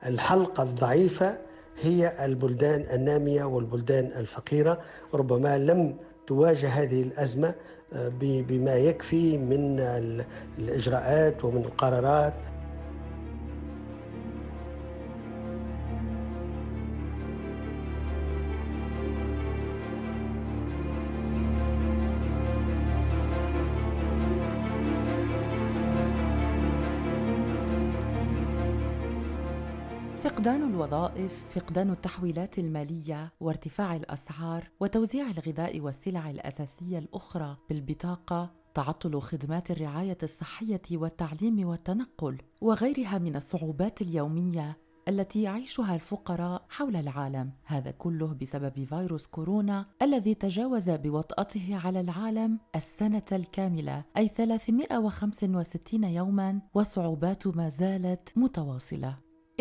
الحلقة الضعيفة هي البلدان النامية والبلدان الفقيرة، ربما لم تواجه هذه الأزمة بما يكفي من الإجراءات ومن القرارات. فقدان الوظائف، فقدان التحويلات المالية وارتفاع الأسعار وتوزيع الغذاء والسلع الأساسية الأخرى بالبطاقة، تعطل خدمات الرعاية الصحية والتعليم والتنقل، وغيرها من الصعوبات اليومية التي يعيشها الفقراء حول العالم، هذا كله بسبب فيروس كورونا الذي تجاوز بوطأته على العالم السنة الكاملة، أي 365 يوماً، والصعوبات ما زالت متواصلة.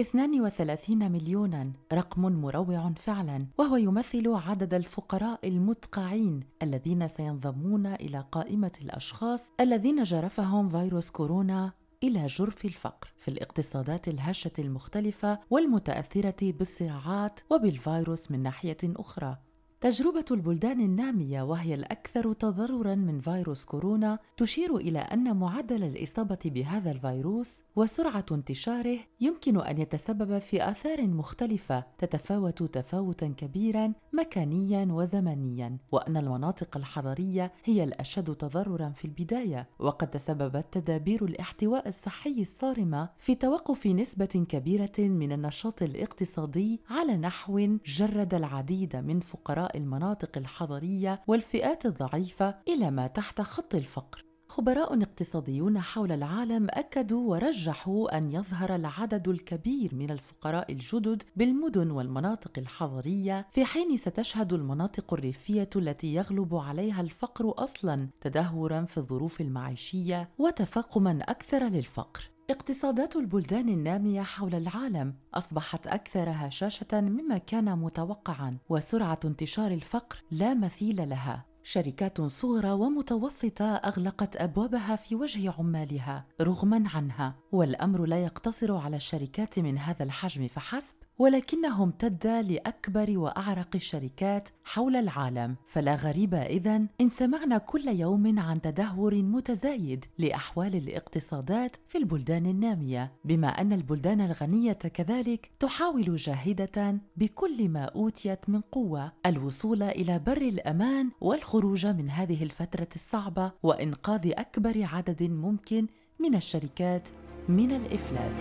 32 مليوناً، رقم مروع فعلاً، وهو يمثل عدد الفقراء المدقعين الذين سينضمون إلى قائمة الأشخاص الذين جرفهم فيروس كورونا إلى جرف الفقر في الاقتصادات الهشة المختلفة والمتأثرة بالصراعات وبالفيروس من ناحية أخرى. تجربة البلدان النامية وهي الأكثر تضرراً من فيروس كورونا تشير إلى أن معدل الإصابة بهذا الفيروس وسرعة انتشاره يمكن أن يتسبب في آثار مختلفة تتفاوت تفاوتاً كبيراً مكانياً وزمنياً، وأن المناطق الحضرية هي الأشد تضرراً في البداية، وقد تسببت تدابير الاحتواء الصحي الصارمة في توقف نسبة كبيرة من النشاط الاقتصادي على نحو جرد العديد من فقراء المناطق الحضرية والفئات الضعيفة إلى ما تحت خط الفقر. خبراء اقتصاديون حول العالم أكدوا ورجحوا أن يظهر العدد الكبير من الفقراء الجدد بالمدن والمناطق الحضرية، في حين ستشهد المناطق الريفية التي يغلب عليها الفقر أصلاً تدهوراً في الظروف المعيشية وتفاقماً أكثر للفقر. اقتصادات البلدان النامية حول العالم أصبحت أكثر هشاشة مما كان متوقعاً، وسرعة انتشار الفقر لا مثيل لها. شركات صغرى ومتوسطة أغلقت أبوابها في وجه عمالها رغماً عنها، والأمر لا يقتصر على الشركات من هذا الحجم فحسب، ولكنه امتد لأكبر وأعرق الشركات حول العالم. فلا غريب إذن إن سمعنا كل يوم عن تدهور متزايد لأحوال الاقتصادات في البلدان النامية، بما أن البلدان الغنية كذلك تحاول جاهدة بكل ما أوتيت من قوة الوصول إلى بر الأمان والخروج من هذه الفترة الصعبة وإنقاذ أكبر عدد ممكن من الشركات من الإفلاس.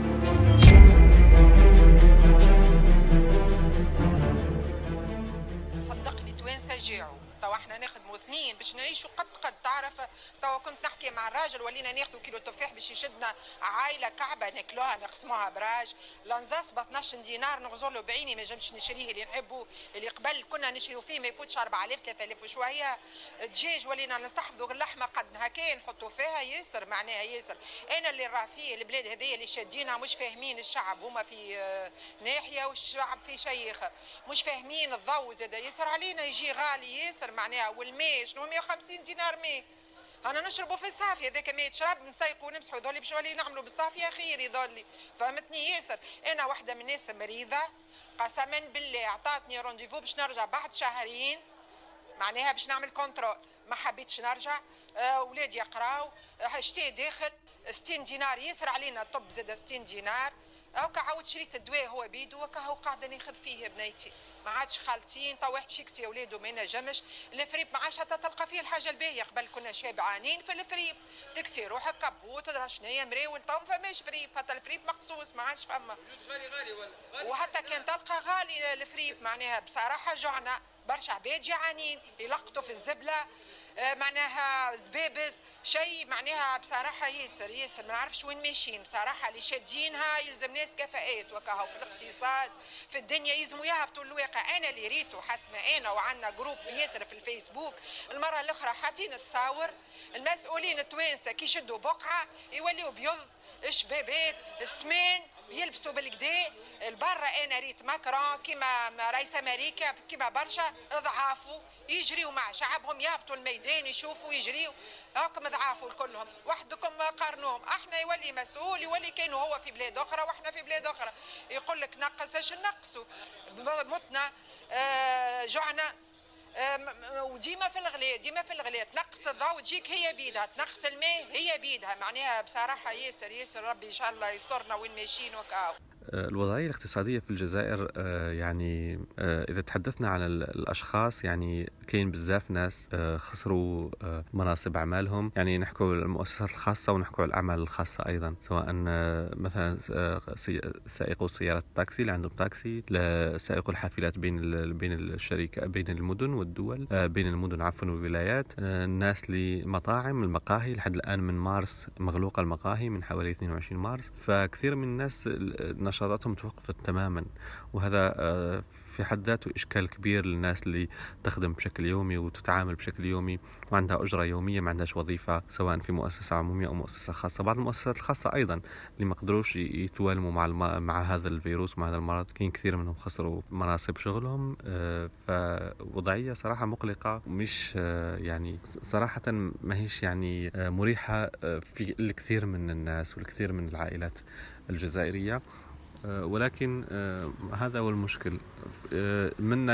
صدقني توانسة جاعوا، توا احنا نخدموا اثنين باش نعيشوا قد تعرف. توا كنت نحكي مع الراجل ولينا ناخذوا كيلو تفاح باش يشدنا عائله كعبه ناكلوها نقسموها براج. لانزاس ب 12 دينار نغزر بعيني ما جمش نشريه اللي نحبه، اللي قبل كنا نشريو فيه ما يفوتش 4000 3000 وشويه. الدجاج ولينا نستحفظوا اللحمه قد هكا نحطوا فيها ياسر، معناها ياسر. انا اللي راه فيه البلاد هذيا اللي شادينها مش فاهمين الشعب، هما في ناحيه والشعب في شيخ مش فاهمين. الضوء زاد ياسر علينا يجي غالي ياسر معناها، والماء شنو 150 دينار ماء انا نشربوا في الصافيه، هذاك ماء تشرب نسيقوا ونمسحوا ذولي باش نولي نعملوا بالصافيه خير يظلي. فهمتني ياسر. انا واحده من الناس مريضه قسما بالله عطاتني رونديفو باش نرجع بعد شهرين معناها باش نعمل كونترول، ما حبيتش نرجع. ولادي يقراو شتي داخل 60 دينار ياسر علينا، طب زاد 60 دينار. هاكا عاود شريت الدواء هو بيدو هاكا هو قاعده ناخذ فيه بنيتي، ما عادش خالتين. تا واحد شيكسي ولادو ما ينجمش. الفريب ما عادش حتى تلقى فيه الحاجه الباهيه، قبل كنا شابعانين في الفريب تكسي روحك كبوت تدرى شنيا مراول. تو ما فماش فريب، حتى الفريب مقصوص ما عادش فما. غالي ولا غالي، وحتى كان تلقى غالي الفريب معناها بصراحه جوعنا برشا عباد جعانين يلقطوا في الزبله معناها زبابز شيء معناها بصراحه ياسر ما نعرفش وين ماشيين بصراحه. اللي شادينها يلزم ناس كفاءات وكاهو في الاقتصاد في الدنيا يلزموا يهبطوا الواقع. انا اللي ريته حسب ما انا وعندنا جروب ياسر في الفيسبوك المره الاخرى حاطين تصاور المسؤولين التوانسه كي يشدوا بقعه يوليوا بيض شبابات السمان يلبسوا بالكدا البرة. انا ريت ماكرون كيما رئيس امريكا كيما برشا ضعافوا يجريوا مع شعبهم، يهبطوا الميدان يشوفوا يجريوا هاكم ضعافوا الكلهم. وحدكم قارنوهم، احنا يولي مسؤول يولي كانوا هو في بلاد اخرى واحنا في بلاد اخرى، يقول لك نقص ايش نقصوا، متنا جوعنا وديما في الغلاء تنقص الضوء تجيك هي بيدها، تنقص الماء هي بيدها. معناها بصراحه ياسر ربي ان شاء الله يسترنا وين ماشيين وكاو. الوضعية الاقتصادية في الجزائر يعني إذا تحدثنا عن الأشخاص، يعني كاين بزاف ناس خسروا مناصب أعمالهم. يعني نحكوا المؤسسات الخاصة ونحكوا الأعمال الخاصة أيضا، سواء مثلا سائقو سيارة التاكسي اللي عندهم تاكسي، سائقو الحافلات بين الشركة بين المدن والدول، بين المدن عفوا والولايات، الناس لمطاعم المقاهي. لحد الآن من مارس مغلوقة المقاهي من حوالي 22 مارس، فكثير من الناس نشاطاتهم توقفت تماما، وهذا في حد ذاته إشكال كبير للناس اللي تخدم بشكل يومي وتتعامل بشكل يومي وعندها أجرة يومية، ما عندهاش وظيفة سواء في مؤسسة عمومية أو مؤسسة خاصة. بعض المؤسسات الخاصة أيضا اللي ما قدروش يتوالموا مع هذا الفيروس ومع هذا المرض، كاين كثير منهم خسروا مناصب شغلهم. فوضعية صراحة مقلقة، مش يعني صراحة ما هيش يعني مريحة في الكثير من الناس والكثير من العائلات الجزائرية. ولكن هذا هو المشكل، منا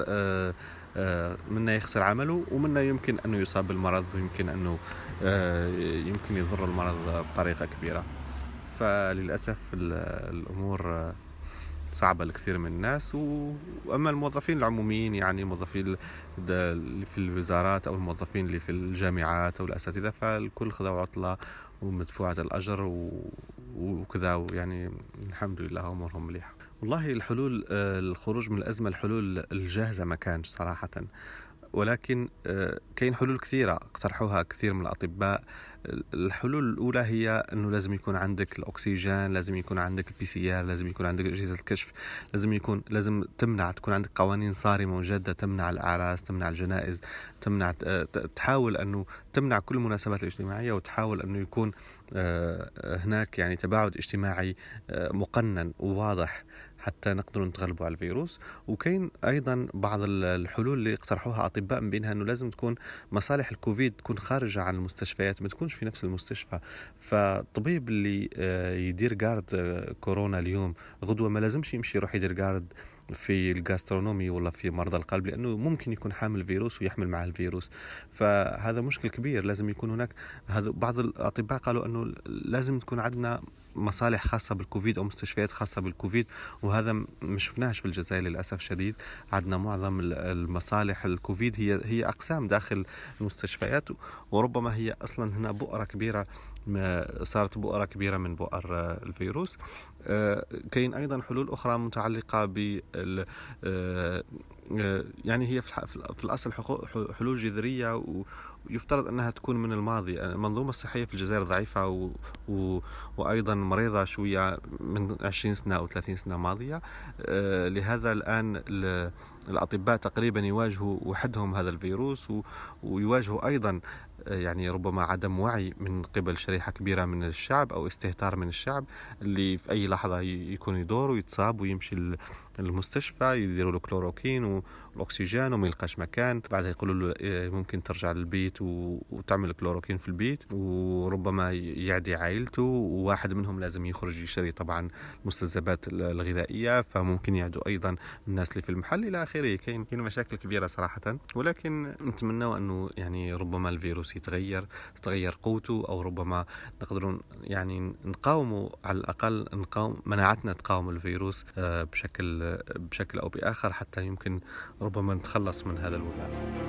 يخسر عمله، ومنا يمكن أنه يصاب بالمرض، ويمكن أنه يمكن يضر المرض بطريقة كبيرة. فللأسف الأمور صعبة لكثير من الناس. وأما الموظفين العموميين، يعني الموظفين اللي في الوزارات أو الموظفين اللي في الجامعات أو الأساتذة، فالكل خذوا عطلة ومدفوعة الأجر وكذا، يعني الحمد لله أمورهم مليحة. والله الحلول الخروج من الأزمة، الحلول الجاهزة ما كانش صراحة، ولكن كاين حلول كثيرة اقترحوها كثير من الأطباء. الحلول الأولى هي أنه لازم يكون عندك الأكسجين، لازم يكون عندك الPCR، لازم يكون عندك أجهزة الكشف، لازم تكون عندك قوانين صارمة وجادة تمنع الأعراس، تمنع الجنائز، تحاول أنه تمنع كل المناسبات الاجتماعية، وتحاول أنه يكون هناك يعني تباعد اجتماعي مقنن وواضح حتى نقدر نتغلبوا على الفيروس. وكاين أيضا بعض الحلول اللي اقترحوها أطباء، من بينها أنه لازم تكون مصالح الكوفيد تكون خارجة عن المستشفيات، ما تكونش في نفس المستشفى. فالطبيب اللي يدير قارد كورونا اليوم غدوة ما لازمش يمشي يروح يدير قارد في الجاسترونومي ولا في مرضى القلب، لأنه ممكن يكون حامل الفيروس ويحمل معه الفيروس. فهذا مشكل كبير. لازم يكون هناك بعض الأطباء قالوا أنه لازم تكون عندنا مصالح خاصة بالكوفيد أو مستشفيات خاصة بالكوفيد، وهذا ما شفناش في الجزائر للأسف شديد. عندنا معظم المصالح الكوفيد هي أقسام داخل المستشفيات، وربما هي أصلا هنا بؤرة كبيرة، صارت بؤرة كبيرة من بؤر الفيروس. كاين أيضا حلول أخرى متعلقة بال يعني هي في الأصل حلول جذرية، ويفترض أنها تكون من الماضي. المنظومة الصحية في الجزائر ضعيفة وأيضا مريضة شوية من 20 سنة أو 30 سنة ماضية. لهذا الآن الأطباء تقريبا يواجهوا وحدهم هذا الفيروس، ويواجهوا أيضا يعني ربما عدم وعي من قبل شريحة كبيرة من الشعب أو استهتار من الشعب، اللي في أي لحظة يكون يدور ويتصاب ويمشي المستشفى، يديروا له كلوروكين والأكسجين وما يلقاش مكان، بعدها يقولوا له ممكن ترجع للبيت وتعمل كلوروكين في البيت، وربما يعدي عائلته، وواحد منهم لازم يخرج يشتري طبعا المستلزمات الغذائية، فممكن يعدوا أيضا الناس اللي في المحل إلى آخره. كاين مشاكل كبيرة صراحة، ولكن نتمنى أنه يعني ربما الفيروس تتغير قوته، أو ربما نقدرون يعني نقاومه، على الأقل مناعتنا تقاوم الفيروس بشكل أو بآخر، حتى يمكن ربما نتخلص من هذا الوباء.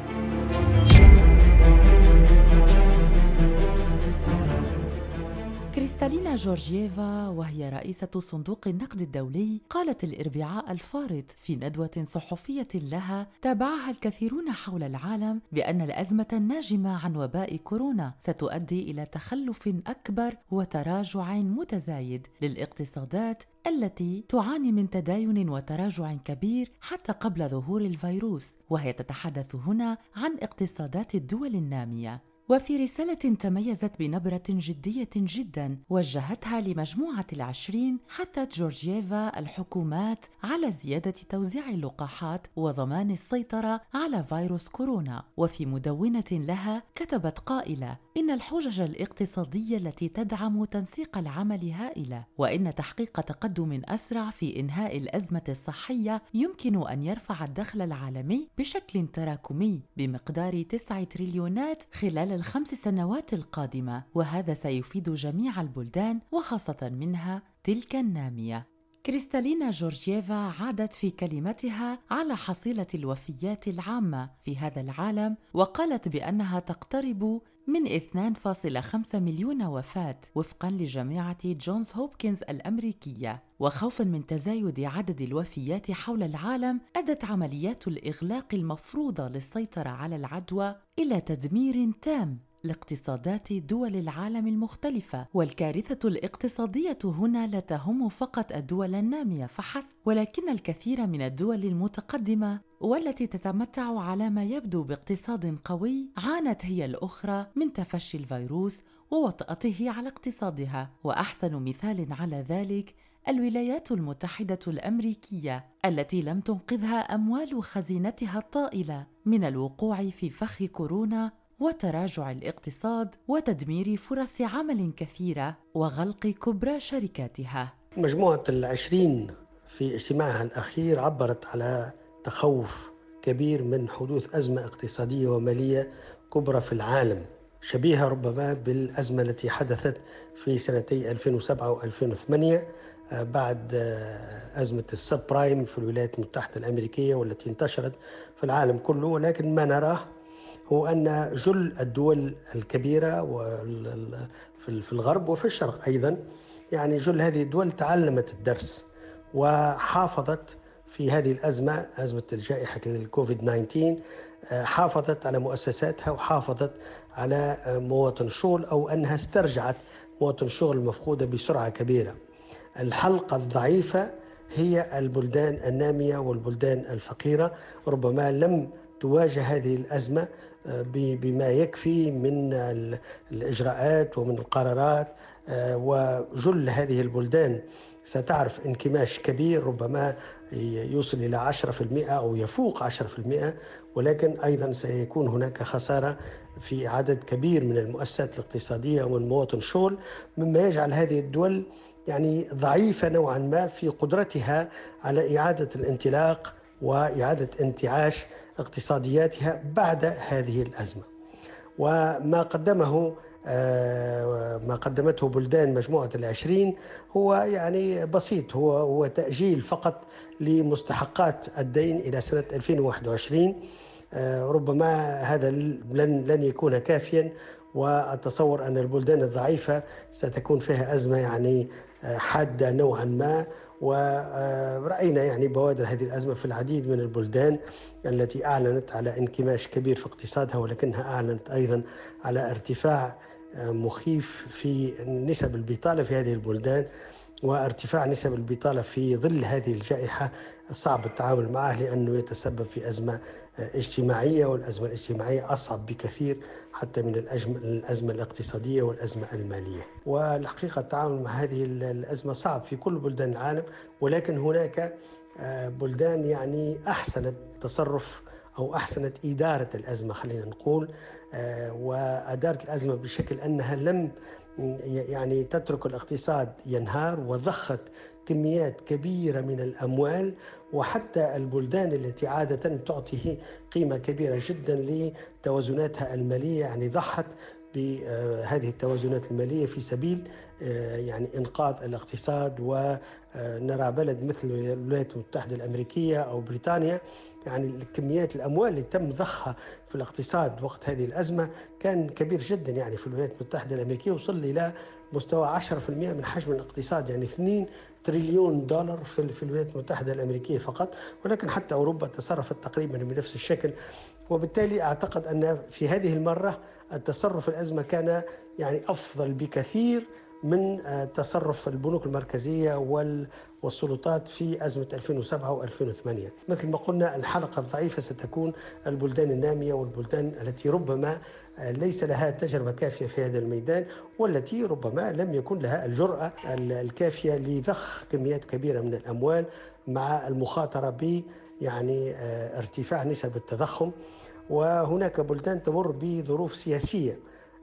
كريستالينا جورجييفا، وهي رئيسة صندوق النقد الدولي، قالت الأربعاء الفارط في ندوة صحفية لها تابعها الكثيرون حول العالم بأن الأزمة الناجمة عن وباء كورونا ستؤدي إلى تخلف أكبر وتراجع متزايد للاقتصادات التي تعاني من تداين وتراجع كبير حتى قبل ظهور الفيروس، وهي تتحدث هنا عن اقتصادات الدول النامية. وفي رسالة تميزت بنبرة جدية جدا وجهتها لمجموعة ال20 حثت جورجييفا الحكومات على زيادة توزيع اللقاحات وضمان السيطرة على فيروس كورونا. وفي مدونة لها كتبت قائلة: إن الحجج الاقتصادية التي تدعم تنسيق العمل هائلة، وإن تحقيق تقدم أسرع في إنهاء الأزمة الصحية يمكن أن يرفع الدخل العالمي بشكل تراكمي بمقدار 9 تريليونات خلال ال5 سنوات القادمة، وهذا سيفيد جميع البلدان وخاصة منها تلك النامية. كريستالينا جورجييفا عادت في كلمتها على حصيلة الوفيات العامة في هذا العالم، وقالت بأنها تقترب من 2.5 مليون وفاة وفقاً لجامعة جونز هوبكنز الأمريكية. وخوفاً من تزايد عدد الوفيات حول العالم، أدت عمليات الإغلاق المفروضة للسيطرة على العدوى إلى تدمير تام لاقتصادات دول العالم المختلفة. والكارثة الاقتصادية هنا لا تهم فقط الدول النامية فحسب، ولكن الكثير من الدول المتقدمة والتي تتمتع على ما يبدو باقتصاد قوي عانت هي الأخرى من تفشي الفيروس ووطأته على اقتصادها. وأحسن مثال على ذلك الولايات المتحدة الأمريكية التي لم تنقذها أموال خزينتها الطائلة من الوقوع في فخ كورونا وتراجع الاقتصاد وتدمير فرص عمل كثيرة وغلق كبرى شركاتها. مجموعة ال20 في اجتماعها الأخير عبرت على تخوف كبير من حدوث أزمة اقتصادية ومالية كبرى في العالم، شبيهة ربما بالأزمة التي حدثت في سنتي 2007 و2008 بعد أزمة السب برايم في الولايات المتحدة الأمريكية والتي انتشرت في العالم كله. ولكن ما نراه هو أن جل الدول الكبيرة في الغرب وفي الشرق أيضا، يعني جل هذه الدول تعلمت الدرس وحافظت في هذه الأزمة، أزمة الجائحة الكوفيد 19، حافظت على مؤسساتها وحافظت على مواطن الشغل، أو أنها استرجعت مواطن الشغل المفقودة بسرعة كبيرة. الحلقة الضعيفة هي البلدان النامية والبلدان الفقيرة، ربما لم تواجه هذه الأزمة بما يكفي من الإجراءات ومن القرارات، وجل هذه البلدان ستعرف انكماش كبير ربما يوصل إلى 10% أو يفوق 10%، ولكن أيضا سيكون هناك خسارة في عدد كبير من المؤسسات الاقتصادية ومن مواطن الشغل، مما يجعل هذه الدول يعني ضعيفة نوعا ما في قدرتها على إعادة الانطلاق وإعادة انتعاش اقتصادياتها بعد هذه الأزمة. وما قدمته بلدان مجموعة ال20 هو يعني بسيط، هو تأجيل فقط لمستحقات الدين إلى سنة 2021. ربما هذا لن يكون كافيا، وأتصور أن البلدان الضعيفة ستكون فيها أزمة يعني حادة نوعا ما. ورأينا يعني بوادر هذه الأزمة في العديد من البلدان التي أعلنت على انكماش كبير في اقتصادها، ولكنها أعلنت أيضا على ارتفاع مخيف في نسب البطالة في هذه البلدان، وارتفاع نسب البطالة في ظل هذه الجائحة صعب التعامل معه لأنه يتسبب في أزمة اجتماعية، والأزمة الاجتماعية أصعب بكثير حتى من الأزمة الاقتصادية والأزمة المالية. والحقيقة التعامل مع هذه الأزمة صعب في كل بلدان العالم، ولكن هناك بلدان يعني أحسنت تصرف أو أحسنت إدارة الأزمة، خلينا نقول، وأدارت الأزمة بشكل أنها لم يعني تترك الاقتصاد ينهار، وضخت كميات كبيرة من الأموال. وحتى البلدان التي عادة تعطي قيمة كبيرة جدا لتوازناتها المالية يعني ضحت بهذه التوازنات المالية في سبيل يعني إنقاذ الاقتصاد. ونرى بلد مثل الولايات المتحدة الأمريكية أو بريطانيا، يعني كميات الأموال اللي تم ضخها في الاقتصاد وقت هذه الأزمة كان كبير جدا. يعني في الولايات المتحدة الأمريكية وصل إلى مستوى 10% من حجم الاقتصاد، يعني 2 تريليون دولار في الولايات المتحدة الأمريكية فقط، ولكن حتى أوروبا تصرفت تقريبا بنفس الشكل. وبالتالي أعتقد أن في هذه المرة التصرف الأزمة كان يعني أفضل بكثير من تصرف البنوك المركزية والسلطات في أزمة 2007 و2008. مثل ما قلنا، الحلقة الضعيفة ستكون البلدان النامية والبلدان التي ربما ليس لها تجربة كافية في هذا الميدان، والتي ربما لم يكن لها الجرأة الكافية لضخ كميات كبيرة من الأموال مع المخاطرة ب ارتفاع نسب التضخم. وهناك بلدان تمر بظروف سياسية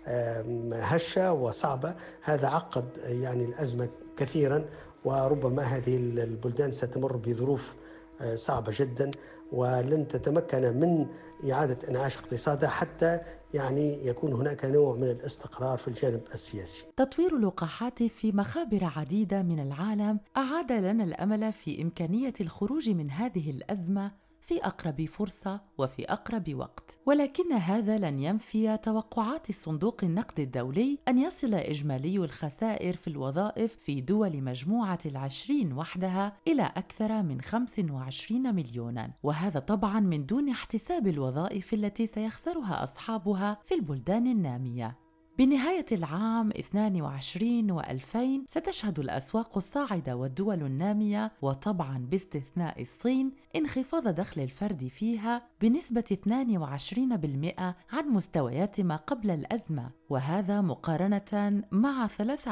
هشة وصعبة، هذا عقد الأزمة كثيرا، وربما هذه البلدان ستمر بظروف صعبة جدا ولن تتمكن من إعادة إنعاش اقتصادها حتى يكون هناك نوع من الاستقرار في الجانب السياسي. تطوير اللقاحات في مخابر عديدة من العالم أعاد لنا الأمل في إمكانية الخروج من هذه الأزمة في أقرب فرصة وفي أقرب وقت، ولكن هذا لن ينفي توقعات الصندوق النقد الدولي أن يصل إجمالي الخسائر في الوظائف في دول مجموعة ال20 وحدها إلى أكثر من 25 مليوناً، وهذا طبعاً من دون احتساب الوظائف التي سيخسرها أصحابها في البلدان النامية. بنهاية العام 22 و2000 ستشهد الأسواق الصاعدة والدول النامية، وطبعاً باستثناء الصين، انخفاض دخل الفرد فيها بنسبة 22% عن مستويات ما قبل الأزمة، وهذا مقارنة مع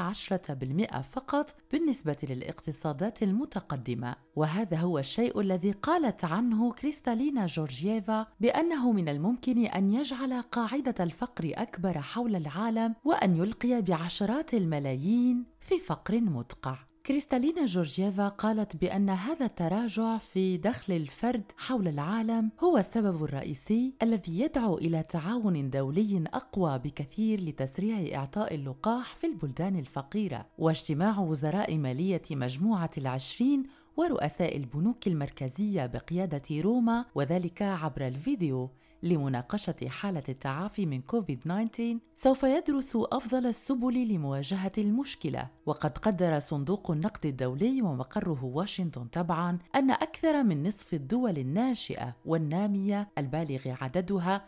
13% فقط بالنسبة للاقتصادات المتقدمة. وهذا هو الشيء الذي قالت عنه كريستالينا جورجييفا بأنه من الممكن أن يجعل قاعدة الفقر أكبر حول العالم وأن يلقي بعشرات الملايين في فقر مدقع. كريستالينا جورجييفا قالت بأن هذا التراجع في دخل الفرد حول العالم هو السبب الرئيسي الذي يدعو إلى تعاون دولي أقوى بكثير لتسريع إعطاء اللقاح في البلدان الفقيرة. واجتماع وزراء مالية مجموعة ال20 ورؤساء البنوك المركزية بقيادة روما، وذلك عبر الفيديو، لمناقشة حالة التعافي من كوفيد-19 سوف يدرس أفضل السبل لمواجهة المشكلة. وقد قدر صندوق النقد الدولي ومقره واشنطن طبعاً أن أكثر من نصف الدول الناشئة والنامية البالغ عددها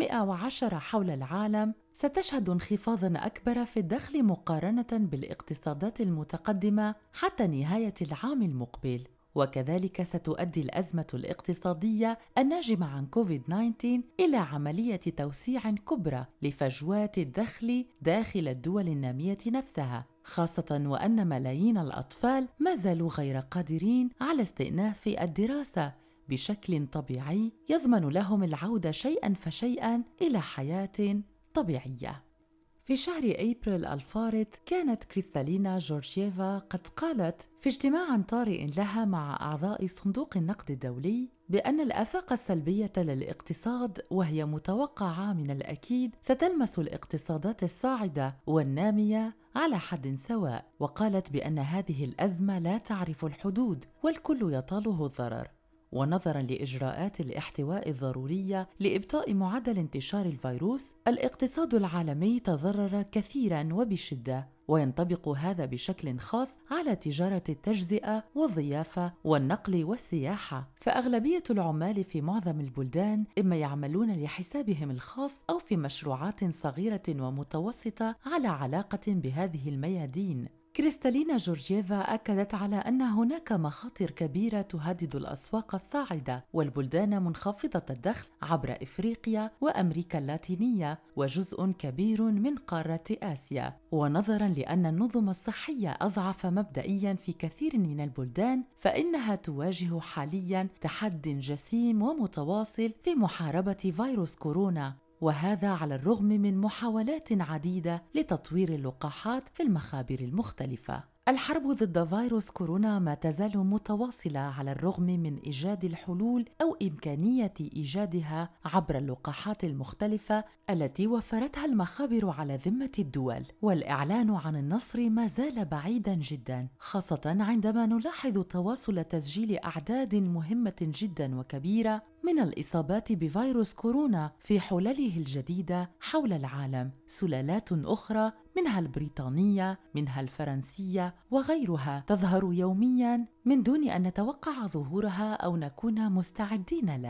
110 حول العالم ستشهد انخفاضاً أكبر في الدخل مقارنة بالاقتصادات المتقدمة حتى نهاية العام المقبل. وكذلك ستؤدي الأزمة الاقتصادية الناجمة عن كوفيد-19 إلى عملية توسيع كبرى لفجوات الدخل داخل الدول النامية نفسها، خاصة وأن ملايين الأطفال ما زالوا غير قادرين على استئناف الدراسة بشكل طبيعي يضمن لهم العودة شيئاً فشيئاً إلى حياة طبيعية. في شهر أبريل الفارط كانت كريستالينا جورجييفا قد قالت في اجتماع طارئ لها مع أعضاء صندوق النقد الدولي بأن الآفاق السلبية للاقتصاد، وهي متوقعة من الأكيد، ستلمس الاقتصادات الصاعدة والنامية على حد سواء. وقالت بأن هذه الأزمة لا تعرف الحدود والكل يطاله الضرر. ونظراً لإجراءات الاحتواء الضرورية لإبطاء معدل انتشار الفيروس، الاقتصاد العالمي تضرر كثيراً وبشدة، وينطبق هذا بشكل خاص على تجارة التجزئة والضيافة والنقل والسياحة. فأغلبية العمال في معظم البلدان إما يعملون لحسابهم الخاص أو في مشروعات صغيرة ومتوسطة على علاقة بهذه الميادين. كريستالينا جورجييفا أكدت على أن هناك مخاطر كبيرة تهدد الأسواق الصاعدة والبلدان منخفضة الدخل عبر إفريقيا وأمريكا اللاتينية وجزء كبير من قارة آسيا. ونظراً لأن النظم الصحية أضعف مبدئياً في كثير من البلدان، فإنها تواجه حالياً تحدٍ جسيم ومتواصل في محاربة فيروس كورونا، وهذا على الرغم من محاولات عديدة لتطوير اللقاحات في المخابر المختلفة. الحرب ضد فيروس كورونا ما تزال متواصلة على الرغم من إيجاد الحلول أو إمكانية إيجادها عبر اللقاحات المختلفة التي وفرتها المخابر على ذمة الدول. والإعلان عن النصر ما زال بعيداً جداً، خاصة عندما نلاحظ تواصل تسجيل أعداد مهمة جداً وكبيرة من الإصابات بفيروس كورونا في حلله الجديدة حول العالم. سلالات أخرى منها البريطانية، منها الفرنسية وغيرها تظهر يومياً من دون أن نتوقع ظهورها أو نكون مستعدين له.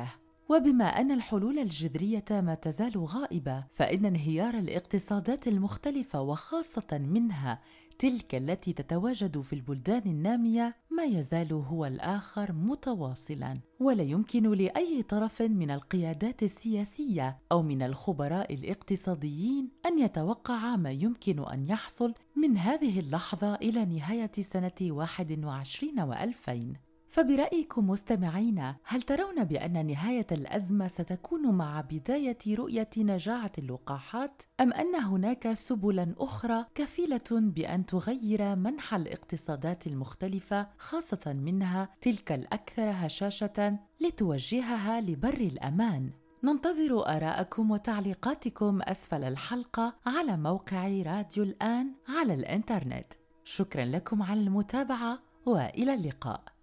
وبما أن الحلول الجذرية ما تزال غائبة، فإن انهيار الاقتصادات المختلفة وخاصة منها تلك التي تتواجد في البلدان النامية ما يزال هو الآخر متواصلاً، ولا يمكن لأي طرف من القيادات السياسية أو من الخبراء الاقتصاديين أن يتوقع ما يمكن أن يحصل من هذه اللحظة إلى نهاية سنة 21 و2000. فبرأيكم مستمعين، هل ترون بأن نهاية الأزمة ستكون مع بداية رؤية نجاعة اللقاحات؟ أم أن هناك سبلاً أخرى كفيلة بأن تغير منحى الاقتصادات المختلفة، خاصة منها تلك الأكثر هشاشة، لتوجهها لبر الأمان؟ ننتظر آراءكم وتعليقاتكم أسفل الحلقة على موقع راديو الآن على الإنترنت. شكراً لكم على المتابعة وإلى اللقاء.